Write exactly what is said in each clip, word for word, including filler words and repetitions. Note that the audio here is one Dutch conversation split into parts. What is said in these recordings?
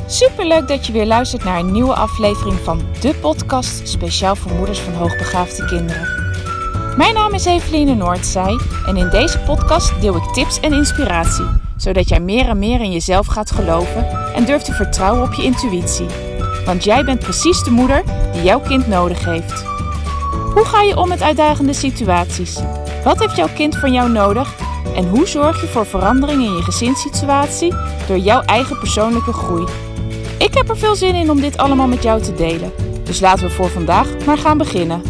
Superleuk dat je weer luistert naar een nieuwe aflevering van de podcast speciaal voor moeders van hoogbegaafde kinderen. Mijn naam is Eveline Noordzij en in deze podcast deel ik tips en inspiratie, zodat jij meer en meer in jezelf gaat geloven en durft te vertrouwen op je intuïtie. Want jij bent precies de moeder die jouw kind nodig heeft. Hoe ga je om met uitdagende situaties? Wat heeft jouw kind van jou nodig? En hoe zorg je voor verandering in je gezinssituatie door jouw eigen persoonlijke groei? Ik heb er veel zin in om dit allemaal met jou te delen. Dus laten we voor vandaag maar gaan beginnen.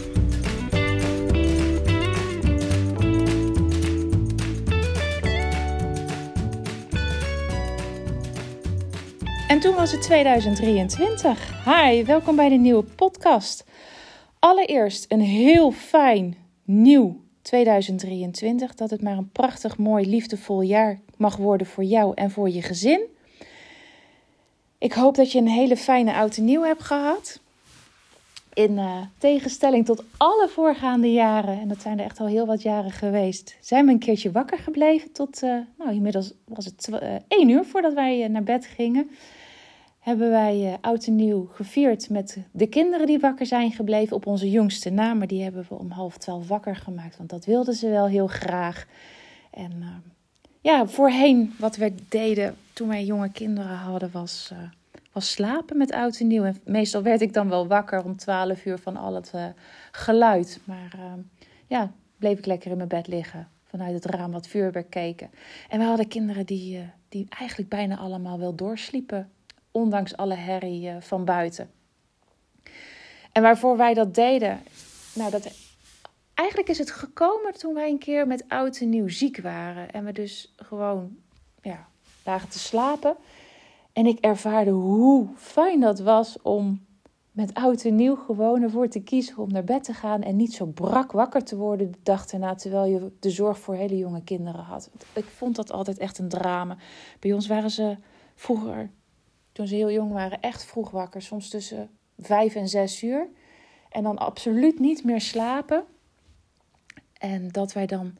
En toen was het tweeduizend drieëntwintig. Hi, welkom bij de nieuwe podcast. Allereerst een heel fijn nieuw tweeduizend drieëntwintig. Dat het maar een prachtig, mooi, liefdevol jaar mag worden voor jou en voor je gezin. Ik hoop dat je een hele fijne oud en nieuw hebt gehad. In uh, tegenstelling tot alle voorgaande jaren, en dat zijn er echt al heel wat jaren geweest, zijn we een keertje wakker gebleven tot, uh, nou inmiddels was het tw- uh, één uur voordat wij uh, naar bed gingen. Hebben wij uh, oud en nieuw gevierd met de kinderen die wakker zijn gebleven op onze jongste na. Maar die hebben we om half twaalf wakker gemaakt, want dat wilden ze wel heel graag. En uh, ja, voorheen wat we deden toen wij jonge kinderen hadden was, uh, was slapen met oud en nieuw. En meestal werd ik dan wel wakker om twaalf uur van al het uh, geluid. Maar uh, ja, bleef ik lekker in mijn bed liggen. Vanuit het raam wat vuurwerk keken. En we hadden kinderen die, uh, die eigenlijk bijna allemaal wel doorsliepen. Ondanks alle herrie uh, van buiten. En waarvoor wij dat deden, nou dat... Eigenlijk is het gekomen toen wij een keer met oud en nieuw ziek waren. En we dus gewoon ja, lagen te slapen. En ik ervaarde hoe fijn dat was om met oud en nieuw gewoon ervoor te kiezen om naar bed te gaan. En niet zo brak wakker te worden de dag erna, terwijl je de zorg voor hele jonge kinderen had. Ik vond dat altijd echt een drama. Bij ons waren ze vroeger, toen ze heel jong waren, echt vroeg wakker. Soms tussen vijf en zes uur. En dan absoluut niet meer slapen. En dat wij dan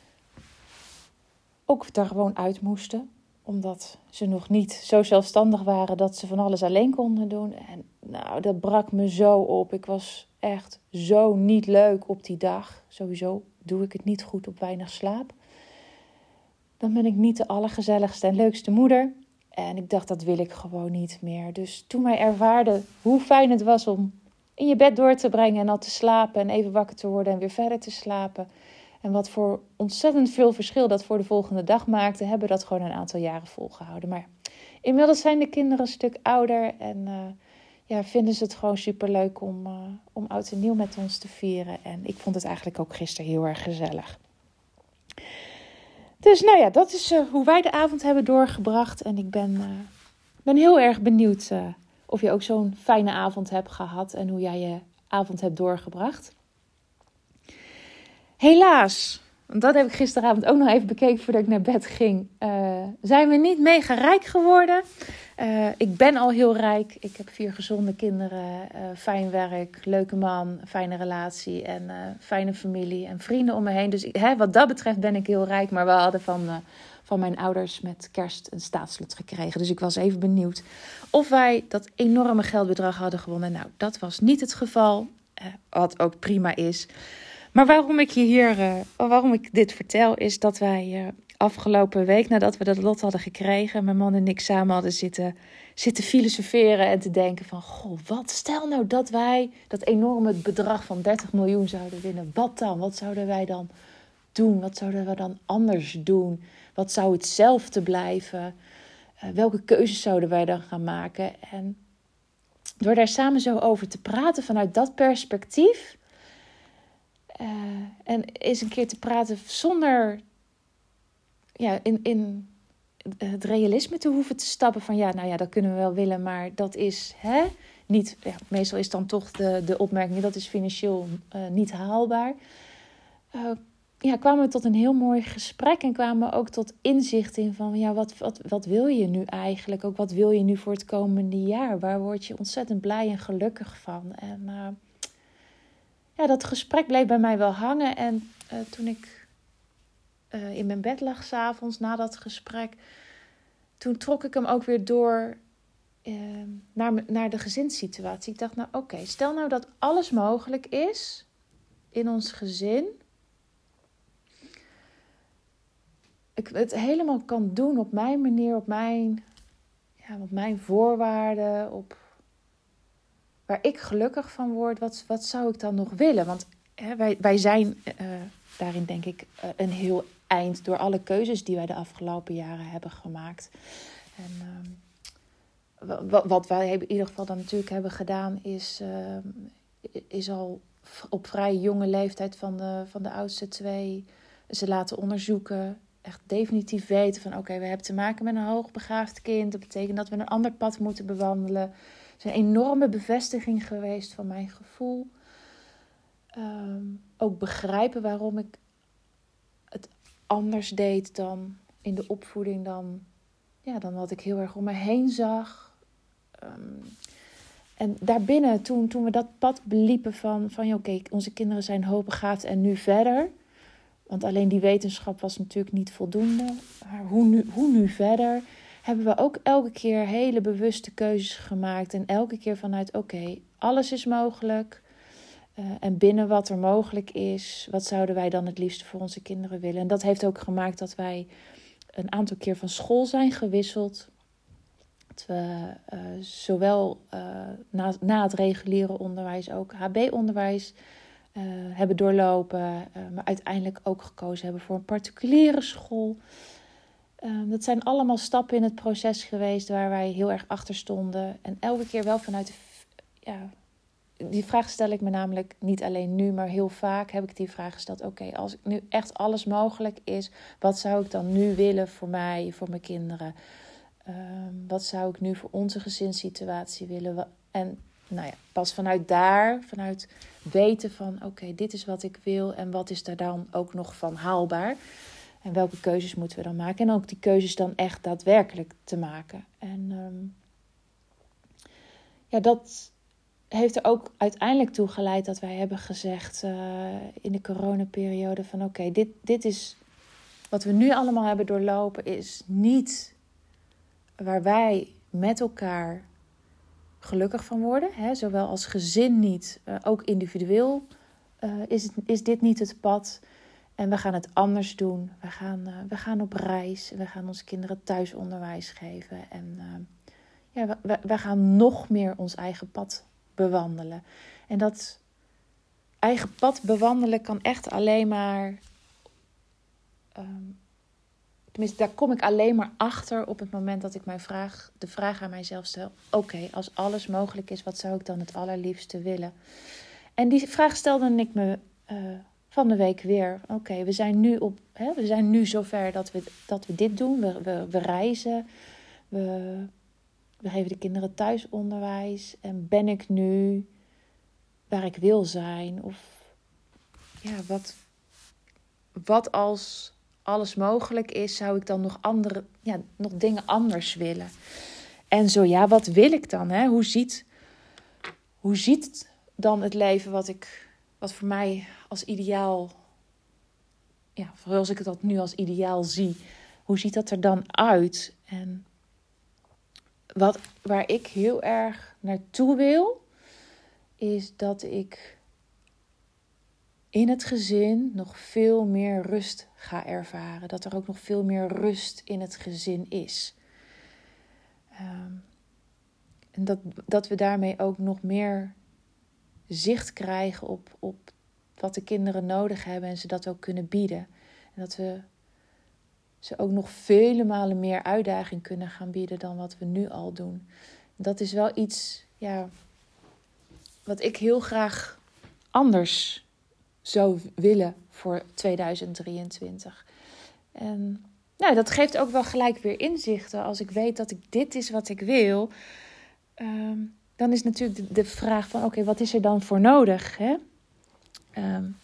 ook daar gewoon uit moesten. Omdat ze nog niet zo zelfstandig waren dat ze van alles alleen konden doen. En nou, dat brak me zo op. Ik was echt zo niet leuk op die dag. Sowieso doe ik het niet goed op weinig slaap. Dan ben ik niet de allergezelligste en leukste moeder. En ik dacht, dat wil ik gewoon niet meer. Dus toen wij ervaarden hoe fijn het was om in je bed door te brengen en al te slapen en even wakker te worden en weer verder te slapen. En wat voor ontzettend veel verschil dat voor de volgende dag maakte, hebben we dat gewoon een aantal jaren volgehouden. Maar inmiddels zijn de kinderen een stuk ouder en uh, ja, vinden ze het gewoon superleuk om, uh, om oud en nieuw met ons te vieren. En ik vond het eigenlijk ook gisteren heel erg gezellig. Dus nou ja, dat is uh, hoe wij de avond hebben doorgebracht. En ik ben, uh, ben heel erg benieuwd uh, of je ook zo'n fijne avond hebt gehad en hoe jij je avond hebt doorgebracht. Helaas, want dat heb ik gisteravond ook nog even bekeken voordat ik naar bed ging, uh, zijn we niet mega rijk geworden. Uh, ik ben al heel rijk. Ik heb vier gezonde kinderen, uh, fijn werk, leuke man, fijne relatie en uh, fijne familie en vrienden om me heen. Dus hè, wat dat betreft ben ik heel rijk, maar we hadden van... Uh, van mijn ouders met kerst een staatslot gekregen. Dus ik was even benieuwd of wij dat enorme geldbedrag hadden gewonnen. Nou, dat was niet het geval. Uh, wat ook prima is. Maar waarom ik je hier, uh, waarom ik dit vertel, is dat wij uh, afgelopen week, nadat we dat lot hadden gekregen, mijn man en ik samen hadden zitten, zitten filosoferen en te denken van, goh, wat, stel nou dat wij dat enorme bedrag van dertig miljoen zouden winnen. Wat dan? Wat zouden wij dan doen? Wat zouden we dan anders doen? Wat zou hetzelfde blijven? Uh, welke keuzes zouden wij dan gaan maken? En door daar samen zo over te praten vanuit dat perspectief. Uh, en eens een keer te praten zonder ja, in, in het realisme te hoeven te stappen. Van ja, nou ja, dat kunnen we wel willen, maar dat is hè, niet. Ja, meestal is dan toch de, de opmerking, dat is financieel uh, niet haalbaar. Uh, Ja, kwamen we tot een heel mooi gesprek en kwamen we ook tot inzicht in van, ja, wat, wat, wat wil je nu eigenlijk? Ook wat wil je nu voor het komende jaar? Waar word je ontzettend blij en gelukkig van? En uh, ja, dat gesprek bleef bij mij wel hangen. En uh, toen ik uh, in mijn bed lag 's avonds na dat gesprek, toen trok ik hem ook weer door uh, naar, naar de gezinssituatie. Ik dacht, nou oké, okay, stel nou dat alles mogelijk is in ons gezin. Ik het helemaal kan doen op mijn manier, op mijn, ja, op mijn voorwaarden, op waar ik gelukkig van word. Wat, wat zou ik dan nog willen? Want hè, wij, wij zijn uh, daarin denk ik uh, een heel eind door alle keuzes die wij de afgelopen jaren hebben gemaakt. En uh, wat, wat wij in ieder geval dan natuurlijk hebben gedaan is, uh, is al op vrij jonge leeftijd van de, van de oudste twee ze laten onderzoeken. Echt definitief weten van oké, okay, we hebben te maken met een hoogbegaafd kind. Dat betekent dat we een ander pad moeten bewandelen. Het is een enorme bevestiging geweest van mijn gevoel. Um, ook begrijpen waarom ik het anders deed dan in de opvoeding dan, ja, dan wat ik heel erg om me heen zag. Um, en daarbinnen, toen, toen we dat pad beliepen van, van ja, oké, okay, onze kinderen zijn hoogbegaafd en nu verder. Want alleen die wetenschap was natuurlijk niet voldoende. Maar hoe nu, hoe nu verder? Hebben we ook elke keer hele bewuste keuzes gemaakt. En elke keer vanuit, oké, okay, alles is mogelijk. Uh, en binnen wat er mogelijk is, wat zouden wij dan het liefst voor onze kinderen willen? En dat heeft ook gemaakt dat wij een aantal keer van school zijn gewisseld. Dat we uh, zowel uh, na, na het reguliere onderwijs ook H B-onderwijs uh, hebben doorlopen. Uh, maar uiteindelijk ook gekozen hebben voor een particuliere school. Uh, dat zijn allemaal stappen in het proces geweest waar wij heel erg achter stonden. En elke keer wel vanuit de... Ja, die vraag stel ik me namelijk niet alleen nu, maar heel vaak heb ik die vraag gesteld. Oké, okay, als nu echt alles mogelijk is, wat zou ik dan nu willen voor mij, voor mijn kinderen? Uh, wat zou ik nu voor onze gezinssituatie willen? En nou ja, pas vanuit daar, vanuit weten van oké, okay, dit is wat ik wil en wat is daar dan ook nog van haalbaar? En welke keuzes moeten we dan maken? En ook die keuzes dan echt daadwerkelijk te maken. En um, ja, dat heeft er ook uiteindelijk toe geleid dat wij hebben gezegd uh, in de coronaperiode van oké, okay, dit, dit is wat we nu allemaal hebben doorlopen, is niet waar wij met elkaar gelukkig van worden. Hè? Zowel als gezin niet, uh, ook individueel uh, is, het, is dit niet het pad. En we gaan het anders doen. We gaan, uh, we gaan op reis. We gaan onze kinderen thuisonderwijs geven. En uh, ja, we, we gaan nog meer ons eigen pad bewandelen. En dat eigen pad bewandelen kan echt alleen maar... Um, tenminste, daar kom ik alleen maar achter op het moment dat ik mijn vraag, de vraag aan mijzelf stel. Oké, okay, als alles mogelijk is, wat zou ik dan het allerliefste willen? En die vraag stelde ik me uh, van de week weer. Oké, okay, we zijn nu op, hè, we zijn nu zover dat we, dat we dit doen. We, we, we reizen. We, we geven de kinderen thuisonderwijs. En ben ik nu waar ik wil zijn? Of ja, wat, wat als alles mogelijk is, zou ik dan nog andere, ja, nog dingen anders willen? En zo ja, wat wil ik dan? Hè? Hoe ziet, hoe ziet dan het leven wat ik, wat voor mij als ideaal, ja, zoals ik het dat nu als ideaal zie, hoe ziet dat er dan uit? En wat, waar ik heel erg naartoe wil, is dat ik in het gezin nog veel meer rust ga ervaren. Dat er ook nog veel meer rust in het gezin is. Um, en dat, dat we daarmee ook nog meer zicht krijgen op, op wat de kinderen nodig hebben. En ze dat ook kunnen bieden. En dat we ze ook nog vele malen meer uitdaging kunnen gaan bieden dan wat we nu al doen. Dat is wel iets, ja, wat ik heel graag anders zou willen voor tweeduizend drieëntwintig. En nou, dat geeft ook wel gelijk weer inzichten. Als ik weet dat ik dit is wat ik wil, um, dan is natuurlijk de, de vraag van oké, okay, wat is er dan voor nodig? Hè? Um,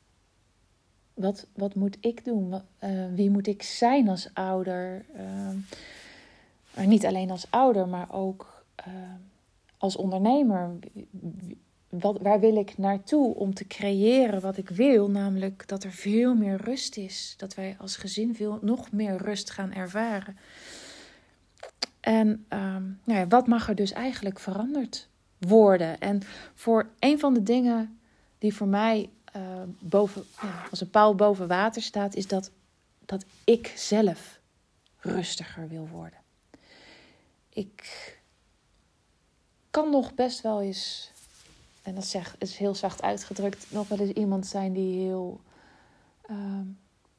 wat, wat moet ik doen? Wat, uh, wie moet ik zijn als ouder? Um, maar niet alleen als ouder, maar ook uh, als ondernemer. Wat, waar wil ik naartoe om te creëren wat ik wil? Namelijk dat er veel meer rust is. Dat wij als gezin veel, nog meer rust gaan ervaren. En um, nou ja, wat mag er dus eigenlijk veranderd worden? En voor een van de dingen die voor mij uh, boven, ja, als een paal boven water staat, is dat, dat ik zelf rustiger wil worden. Ik kan nog best wel eens, en dat zeg, is heel zacht uitgedrukt, nog wel eens iemand zijn die heel... Um,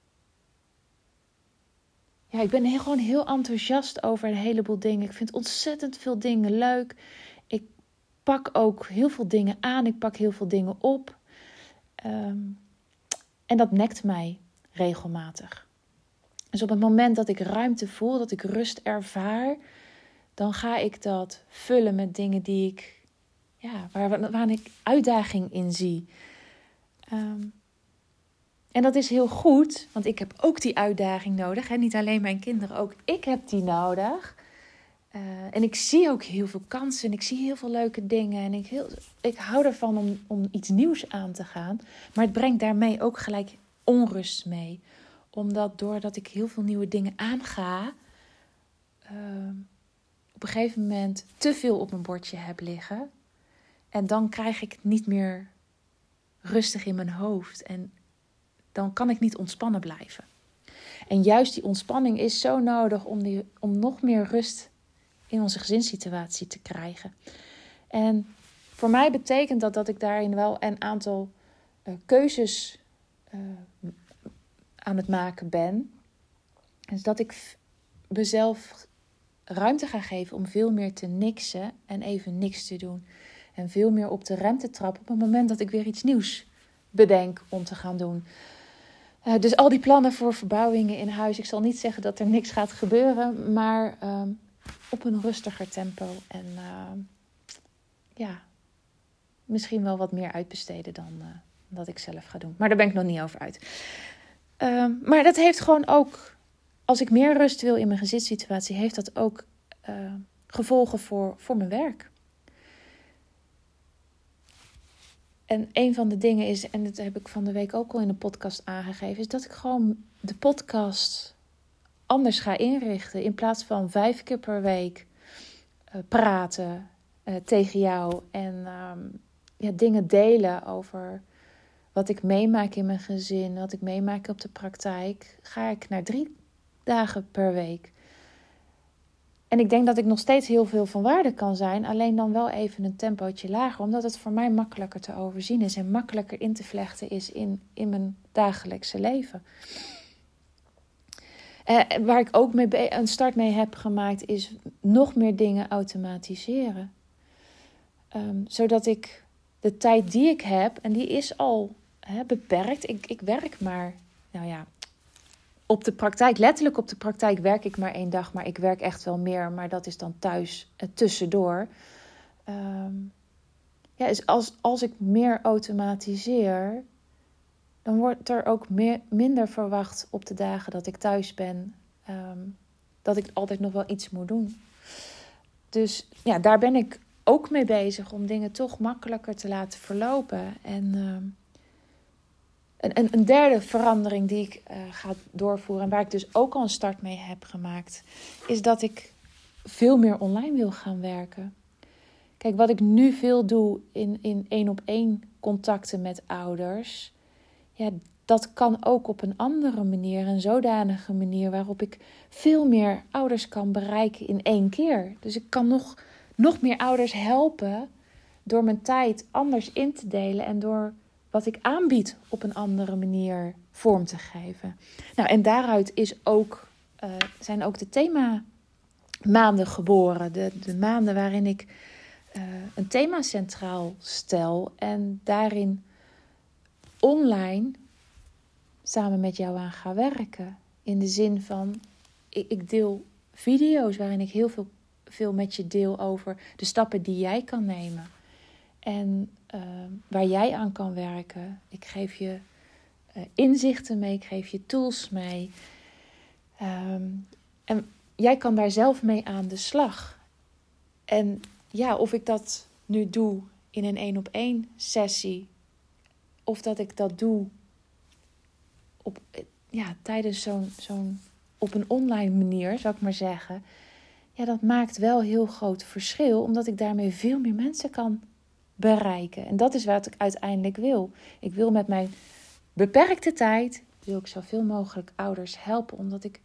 ja, ik ben heel, gewoon heel enthousiast over een heleboel dingen. Ik vind ontzettend veel dingen leuk. Ik pak ook heel veel dingen aan. Ik pak heel veel dingen op. Um, en dat nekt mij regelmatig. Dus op het moment dat ik ruimte voel, dat ik rust ervaar, dan ga ik dat vullen met dingen die ik, ja, waar, waar ik uitdaging in zie. Um, en dat is heel goed, want ik heb ook die uitdaging nodig. Hè? Niet alleen mijn kinderen, ook ik heb die nodig. Uh, en ik zie ook heel veel kansen en ik zie heel veel leuke dingen. En ik, heel, ik hou ervan om, om iets nieuws aan te gaan. Maar het brengt daarmee ook gelijk onrust mee. Omdat doordat ik heel veel nieuwe dingen aanga, uh, op een gegeven moment te veel op mijn bordje heb liggen. En dan krijg ik het niet meer rustig in mijn hoofd. En dan kan ik niet ontspannen blijven. En juist die ontspanning is zo nodig om, die, om nog meer rust in onze gezinssituatie te krijgen. En voor mij betekent dat dat ik daarin wel een aantal uh, keuzes uh, aan het maken ben. Dus dat ik mezelf ruimte ga geven om veel meer te niksen en even niks te doen. En veel meer op de rem te trappen op het moment dat ik weer iets nieuws bedenk om te gaan doen. Uh, dus al die plannen voor verbouwingen in huis. Ik zal niet zeggen dat er niks gaat gebeuren. Maar uh, op een rustiger tempo. En uh, ja, misschien wel wat meer uitbesteden dan uh, dat ik zelf ga doen. Maar daar ben ik nog niet over uit. Uh, maar dat heeft gewoon ook, als ik meer rust wil in mijn gezinssituatie, heeft dat ook uh, gevolgen voor, voor mijn werk. En een van de dingen is, en dat heb ik van de week ook al in de podcast aangegeven, is dat ik gewoon de podcast anders ga inrichten. In plaats van vijf keer per week uh, praten uh, tegen jou en um, ja, dingen delen over wat ik meemaak in mijn gezin, wat ik meemaak op de praktijk, ga ik naar drie dagen per week. En ik denk dat ik nog steeds heel veel van waarde kan zijn. Alleen dan wel even een tempootje lager. Omdat het voor mij makkelijker te overzien is. En makkelijker in te vlechten is in, in mijn dagelijkse leven. Uh, waar ik ook mee be- een start mee heb gemaakt. Is nog meer dingen automatiseren. Um, zodat ik de tijd die ik heb. En die is al hè, beperkt. Ik, ik werk maar. Nou ja. Op de praktijk, letterlijk op de praktijk werk ik maar één dag. Maar ik werk echt wel meer. Maar dat is dan thuis uh, tussendoor. Um, ja, dus als, als ik meer automatiseer, dan wordt er ook meer, minder verwacht op de dagen dat ik thuis ben. Um, dat ik altijd nog wel iets moet doen. Dus ja, daar ben ik ook mee bezig. Om dingen toch makkelijker te laten verlopen. En... Um, Een, een derde verandering die ik uh, ga doorvoeren en waar ik dus ook al een start mee heb gemaakt, is dat ik veel meer online wil gaan werken. Kijk, wat ik nu veel doe in, in één op één contacten met ouders, ja, dat kan ook op een andere manier, een zodanige manier waarop ik veel meer ouders kan bereiken in één keer. Dus ik kan nog, nog meer ouders helpen door mijn tijd anders in te delen en door wat ik aanbied op een andere manier vorm te geven. Nou, en daaruit is ook, uh, zijn ook de themamaanden geboren. De, de maanden waarin ik uh, een thema centraal stel. En daarin online samen met jou aan ga werken. In de zin van, ik, ik deel video's waarin ik heel veel, veel met je deel over de stappen die jij kan nemen. En uh, waar jij aan kan werken. Ik geef je uh, inzichten mee. Ik geef je tools mee. Um, en jij kan daar zelf mee aan de slag. En ja, of ik dat nu doe in een één op één sessie. Of dat ik dat doe op, ja, tijdens zo'n, zo'n, op een online manier, zou ik maar zeggen. Ja, ja, dat maakt wel heel groot verschil. Omdat ik daarmee veel meer mensen kan bereiken. En dat is wat ik uiteindelijk wil. Ik wil met mijn beperkte tijd, wil ik zoveel mogelijk ouders helpen. Omdat ik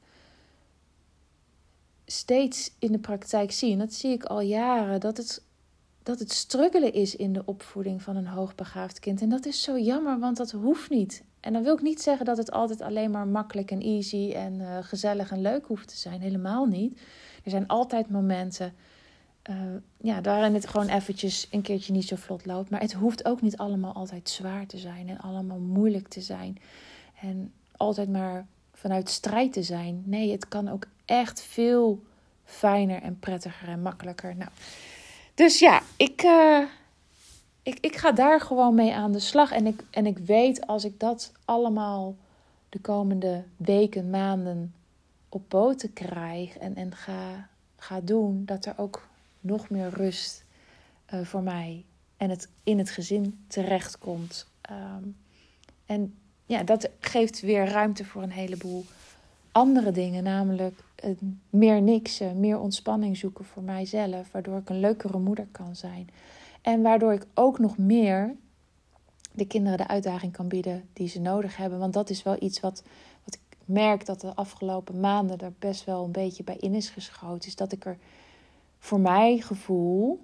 steeds in de praktijk zie, en dat zie ik al jaren, dat het, dat het struggelen is in de opvoeding van een hoogbegaafd kind. En dat is zo jammer, want dat hoeft niet. En dan wil ik niet zeggen dat het altijd alleen maar makkelijk en easy en uh, gezellig en leuk hoeft te zijn. Helemaal niet. Er zijn altijd momenten uh, ja, waarin het gewoon eventjes een keertje niet zo vlot loopt. Maar het hoeft ook niet allemaal altijd zwaar te zijn en allemaal moeilijk te zijn. En altijd maar vanuit strijd te zijn. Nee, het kan ook echt veel fijner en prettiger en makkelijker. Nou, dus ja, ik, uh, ik, ik ga daar gewoon mee aan de slag. En ik, en ik weet, als ik dat allemaal de komende weken, maanden op poten krijg en, en ga, ga doen, dat er ook nog meer rust uh, voor mij en het in het gezin terechtkomt. Um, en ja, dat geeft weer ruimte voor een heleboel andere dingen, namelijk uh, meer niksen, meer ontspanning zoeken voor mijzelf, waardoor ik een leukere moeder kan zijn. En waardoor ik ook nog meer de kinderen de uitdaging kan bieden die ze nodig hebben. Want dat is wel iets wat, wat ik merk dat de afgelopen maanden er best wel een beetje bij in is geschoten. Is dat ik er voor mijn gevoel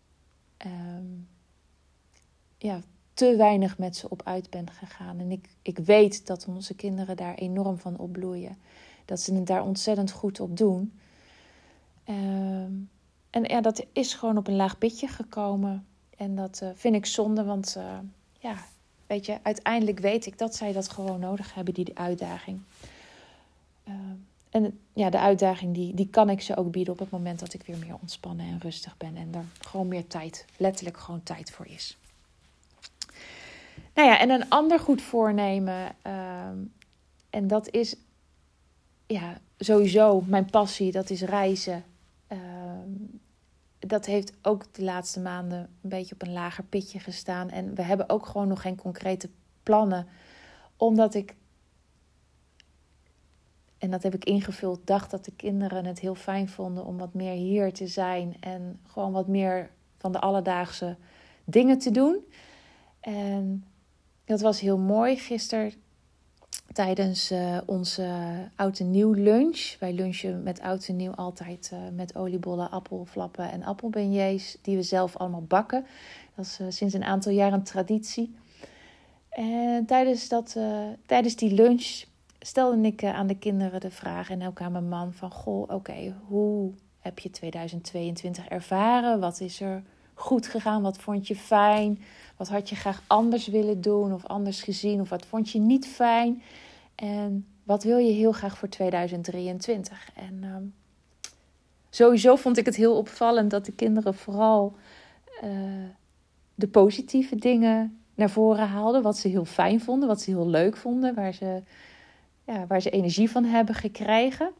um, ja, te weinig met ze op uit ben gegaan. En ik, ik weet dat onze kinderen daar enorm van opbloeien. Dat ze het daar ontzettend goed op doen. Um, en ja, dat is gewoon op een laag pitje gekomen. En dat uh, vind ik zonde, want uh, ja, weet je, uiteindelijk weet ik dat zij dat gewoon nodig hebben, die, die uitdaging. Uh, en ja, de uitdaging die, die kan ik ze ook bieden op het moment dat ik weer meer ontspannen en rustig ben. En er gewoon meer tijd, letterlijk gewoon tijd voor is. Nou ja, en een ander goed voornemen. Uh, en dat is ja, sowieso mijn passie, dat is reizen. Uh, dat heeft ook de laatste maanden een beetje op een lager pitje gestaan. En we hebben ook gewoon nog geen concrete plannen. Omdat ik, en dat heb ik ingevuld, dacht dat de kinderen het heel fijn vonden om wat meer hier te zijn. En gewoon wat meer van de alledaagse dingen te doen. En dat was heel mooi gisteren tijdens uh, onze oud en nieuw lunch. Wij lunchen met oud en nieuw altijd uh, met oliebollen, appelflappen en appelbeignets die we zelf allemaal bakken. Dat is uh, sinds een aantal jaar een traditie. En tijdens, dat, uh, tijdens die lunch stelde ik uh, aan de kinderen de vraag en ook aan mijn man van, goh, oké, okay, hoe heb je tweeduizend tweeëntwintig ervaren? Wat is er goed gegaan? Wat vond je fijn? Wat had je graag anders willen doen of anders gezien? Of wat vond je niet fijn? En wat wil je heel graag voor tweeduizend drieëntwintig? En um, sowieso vond ik het heel opvallend dat de kinderen vooral uh, de positieve dingen naar voren haalden. Wat ze heel fijn vonden, wat ze heel leuk vonden. Waar ze, ja, waar ze energie van hebben gekregen.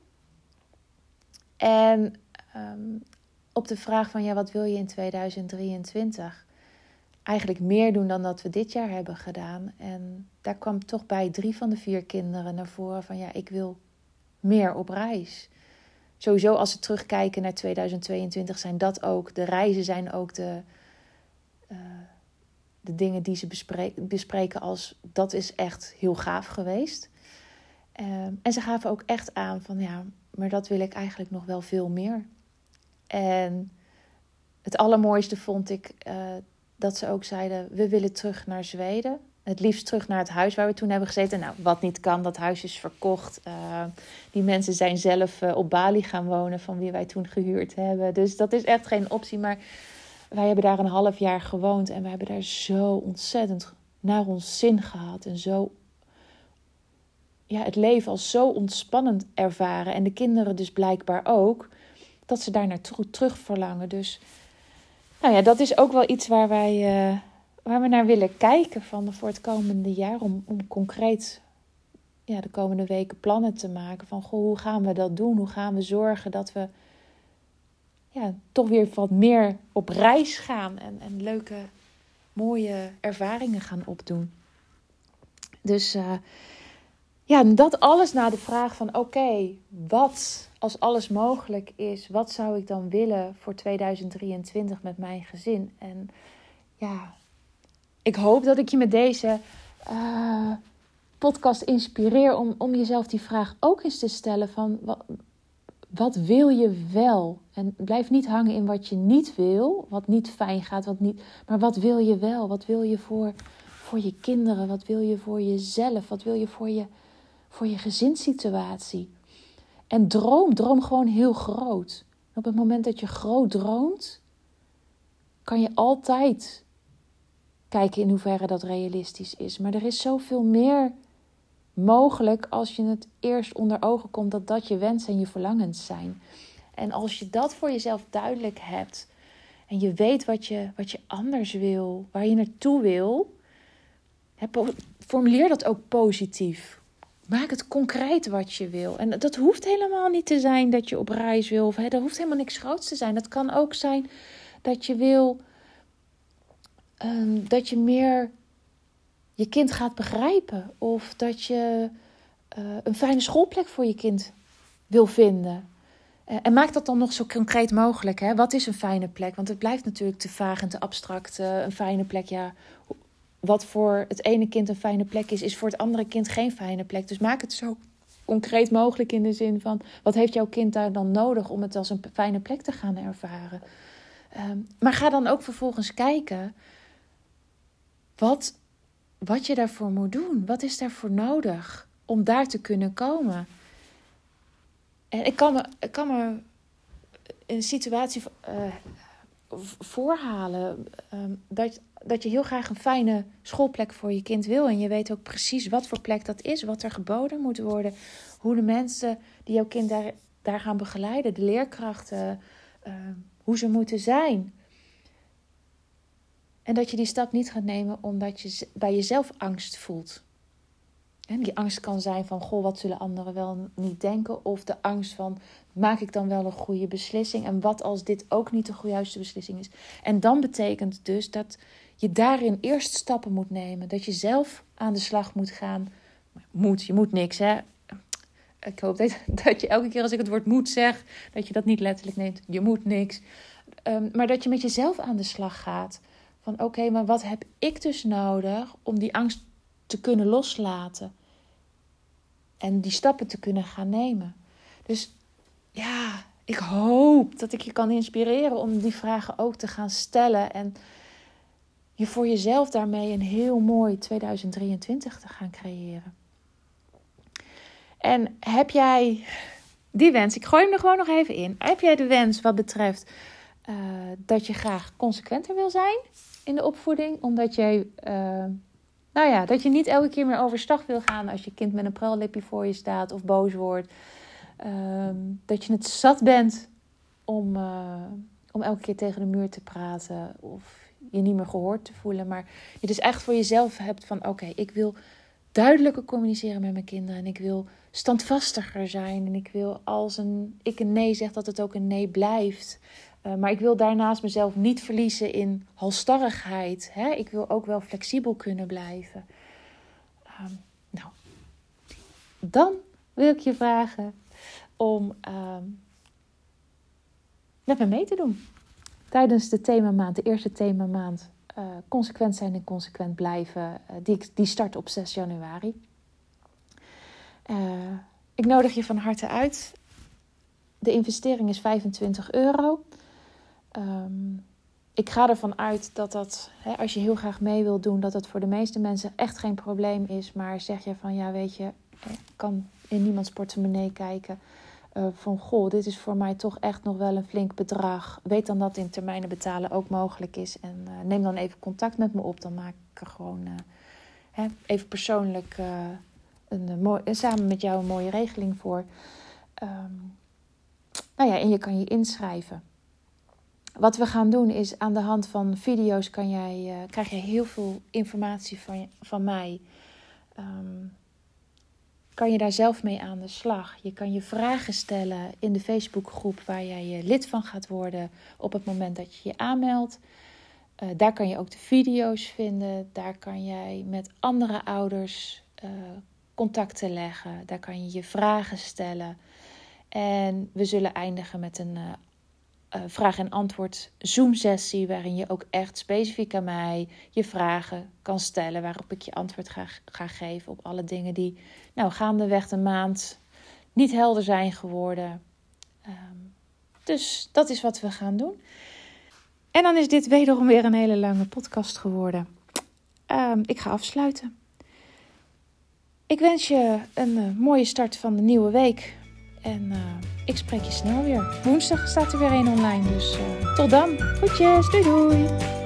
En um, op de vraag van, ja, wat wil je in tweeduizend drieëntwintig? Eigenlijk meer doen dan dat we dit jaar hebben gedaan. En daar kwam toch bij drie van de vier kinderen naar voren van, ja, ik wil meer op reis. Sowieso als ze terugkijken naar tweeduizend tweeëntwintig zijn dat ook. De reizen zijn ook de, uh, de dingen die ze bespreken, bespreken als, dat is echt heel gaaf geweest. Uh, en ze gaven ook echt aan van, ja, maar dat wil ik eigenlijk nog wel veel meer. En het allermooiste vond ik uh, dat ze ook zeiden, we willen terug naar Zweden. Het liefst terug naar het huis waar we toen hebben gezeten. Nou, wat niet kan, dat huis is verkocht. Uh, die mensen zijn zelf uh, op Bali gaan wonen van wie wij toen gehuurd hebben. Dus dat is echt geen optie. Maar wij hebben daar een half jaar gewoond. En we hebben daar zo ontzettend naar ons zin gehad. En zo, ja, het leven als zo ontspannend ervaren. En de kinderen dus blijkbaar ook. Dat ze daar naartoe terug verlangen. Dus nou ja, dat is ook wel iets waar wij, uh, waar we naar willen kijken van voor het komende jaar. Om, om concreet ja, de komende weken plannen te maken. Van goh, hoe gaan we dat doen? Hoe gaan we zorgen dat we ja, toch weer wat meer op reis gaan. En, en leuke, mooie ervaringen gaan opdoen. Dus uh, ja, en dat alles naar de vraag van oké, okay, wat als alles mogelijk is, wat zou ik dan willen voor tweeduizend drieëntwintig met mijn gezin? En ja, ik hoop dat ik je met deze uh, podcast inspireer om, om jezelf die vraag ook eens te stellen van wat, wat wil je wel? En blijf niet hangen in wat je niet wil, wat niet fijn gaat, wat niet, maar wat wil je wel? Wat wil je voor, voor je kinderen? Wat wil je voor jezelf? Wat wil je voor je, voor je gezinssituatie? En droom, droom gewoon heel groot. Op het moment dat je groot droomt, kan je altijd kijken in hoeverre dat realistisch is. Maar er is zoveel meer mogelijk als je het eerst onder ogen komt dat dat je wensen en je verlangens zijn. En als je dat voor jezelf duidelijk hebt en je weet wat je, wat je anders wil, waar je naartoe wil, formuleer dat ook positief. Maak het concreet wat je wil. En dat hoeft helemaal niet te zijn dat je op reis wil. Of, hè, dat hoeft helemaal niks groots te zijn. Dat kan ook zijn dat je wil um, dat je meer je kind gaat begrijpen. Of dat je uh, een fijne schoolplek voor je kind wil vinden. Uh, en maak dat dan nog zo concreet mogelijk. Hè? Wat is een fijne plek? Want het blijft natuurlijk te vaag en te abstract. Uh, een fijne plek, ja. Wat voor het ene kind een fijne plek is, is voor het andere kind geen fijne plek. Dus maak het zo concreet mogelijk in de zin van, wat heeft jouw kind daar dan nodig om het als een fijne plek te gaan ervaren? Um, maar ga dan ook vervolgens kijken wat, wat je daarvoor moet doen. Wat is daarvoor nodig om daar te kunnen komen? En ik kan me, ik kan me een situatie uh, voorhalen um, dat, dat je heel graag een fijne schoolplek voor je kind wil. En je weet ook precies wat voor plek dat is, wat er geboden moet worden. Hoe de mensen die jouw kind daar, daar gaan begeleiden, de leerkrachten, uh, hoe ze moeten zijn. En dat je die stap niet gaat nemen omdat je bij jezelf angst voelt. En die angst kan zijn van, goh, wat zullen anderen wel niet denken? Of de angst van, maak ik dan wel een goede beslissing? En wat als dit ook niet de juiste beslissing is? En dan betekent het dus dat je daarin eerst stappen moet nemen. Dat je zelf aan de slag moet gaan. Moet, je moet niks, hè. Ik hoop dat, dat je elke keer als ik het woord moet zeg, dat je dat niet letterlijk neemt. Je moet niks. Um, maar dat je met jezelf aan de slag gaat. Van oké, okay, maar wat heb ik dus nodig om die angst te kunnen loslaten? En die stappen te kunnen gaan nemen. Dus ja, ik hoop dat ik je kan inspireren om die vragen ook te gaan stellen. En je voor jezelf daarmee een heel mooi tweeduizend drieëntwintig te gaan creëren. En heb jij die wens, ik gooi hem er gewoon nog even in. Heb jij de wens wat betreft uh, dat je graag consequenter wil zijn in de opvoeding? Omdat jij... Uh, Nou ja, dat je niet elke keer meer overstag wil gaan als je kind met een pruillipje voor je staat of boos wordt. Um, dat je het zat bent om, uh, om elke keer tegen de muur te praten of je niet meer gehoord te voelen. Maar je dus echt voor jezelf hebt van oké, okay, ik wil duidelijker communiceren met mijn kinderen. En ik wil standvastiger zijn. En ik wil als een, ik een nee zeg dat het ook een nee blijft. Uh, maar ik wil daarnaast mezelf niet verliezen in halstarrigheid. Hè? Ik wil ook wel flexibel kunnen blijven. Um, nou, dan wil ik je vragen om um, met me mee te doen. Tijdens de themamaand, de eerste themamaand, uh, consequent zijn en consequent blijven. Uh, die, die start op zes januari. Uh, ik nodig je van harte uit. De investering is vijfentwintig euro. Um, ik ga ervan uit dat dat, hè, als je heel graag mee wilt doen, dat dat voor de meeste mensen echt geen probleem is. Maar zeg je van, ja weet je, ik kan in niemands portemonnee kijken. Uh, van, goh, dit is voor mij toch echt nog wel een flink bedrag. Weet dan dat in termijnen betalen ook mogelijk is. En uh, neem dan even contact met me op. Dan maak ik er gewoon uh, hè, even persoonlijk uh, een, een mooi, samen met jou een mooie regeling voor. Um, nou ja, en je kan je inschrijven. Wat we gaan doen is aan de hand van video's kan jij, uh, krijg je heel veel informatie van, van mij. Um, kan je daar zelf mee aan de slag. Je kan je vragen stellen in de Facebookgroep waar jij je lid van gaat worden op het moment dat je je aanmeldt. Uh, daar kan je ook de video's vinden. Daar kan jij met andere ouders uh, contact te leggen. Daar kan je je vragen stellen. En we zullen eindigen met een uh, uh, vraag- en antwoord Zoom-sessie, waarin je ook echt specifiek aan mij je vragen kan stellen, waarop ik je antwoord ga, ga geven op alle dingen die nou, gaandeweg de maand niet helder zijn geworden. Um, dus dat is wat we gaan doen. En dan is dit wederom weer een hele lange podcast geworden. Um, ik ga afsluiten. Ik wens je een uh, mooie start van de nieuwe week. En uh, ik spreek je snel weer. Woensdag staat er weer een online. Dus uh, tot dan. Groetjes. Doei doei.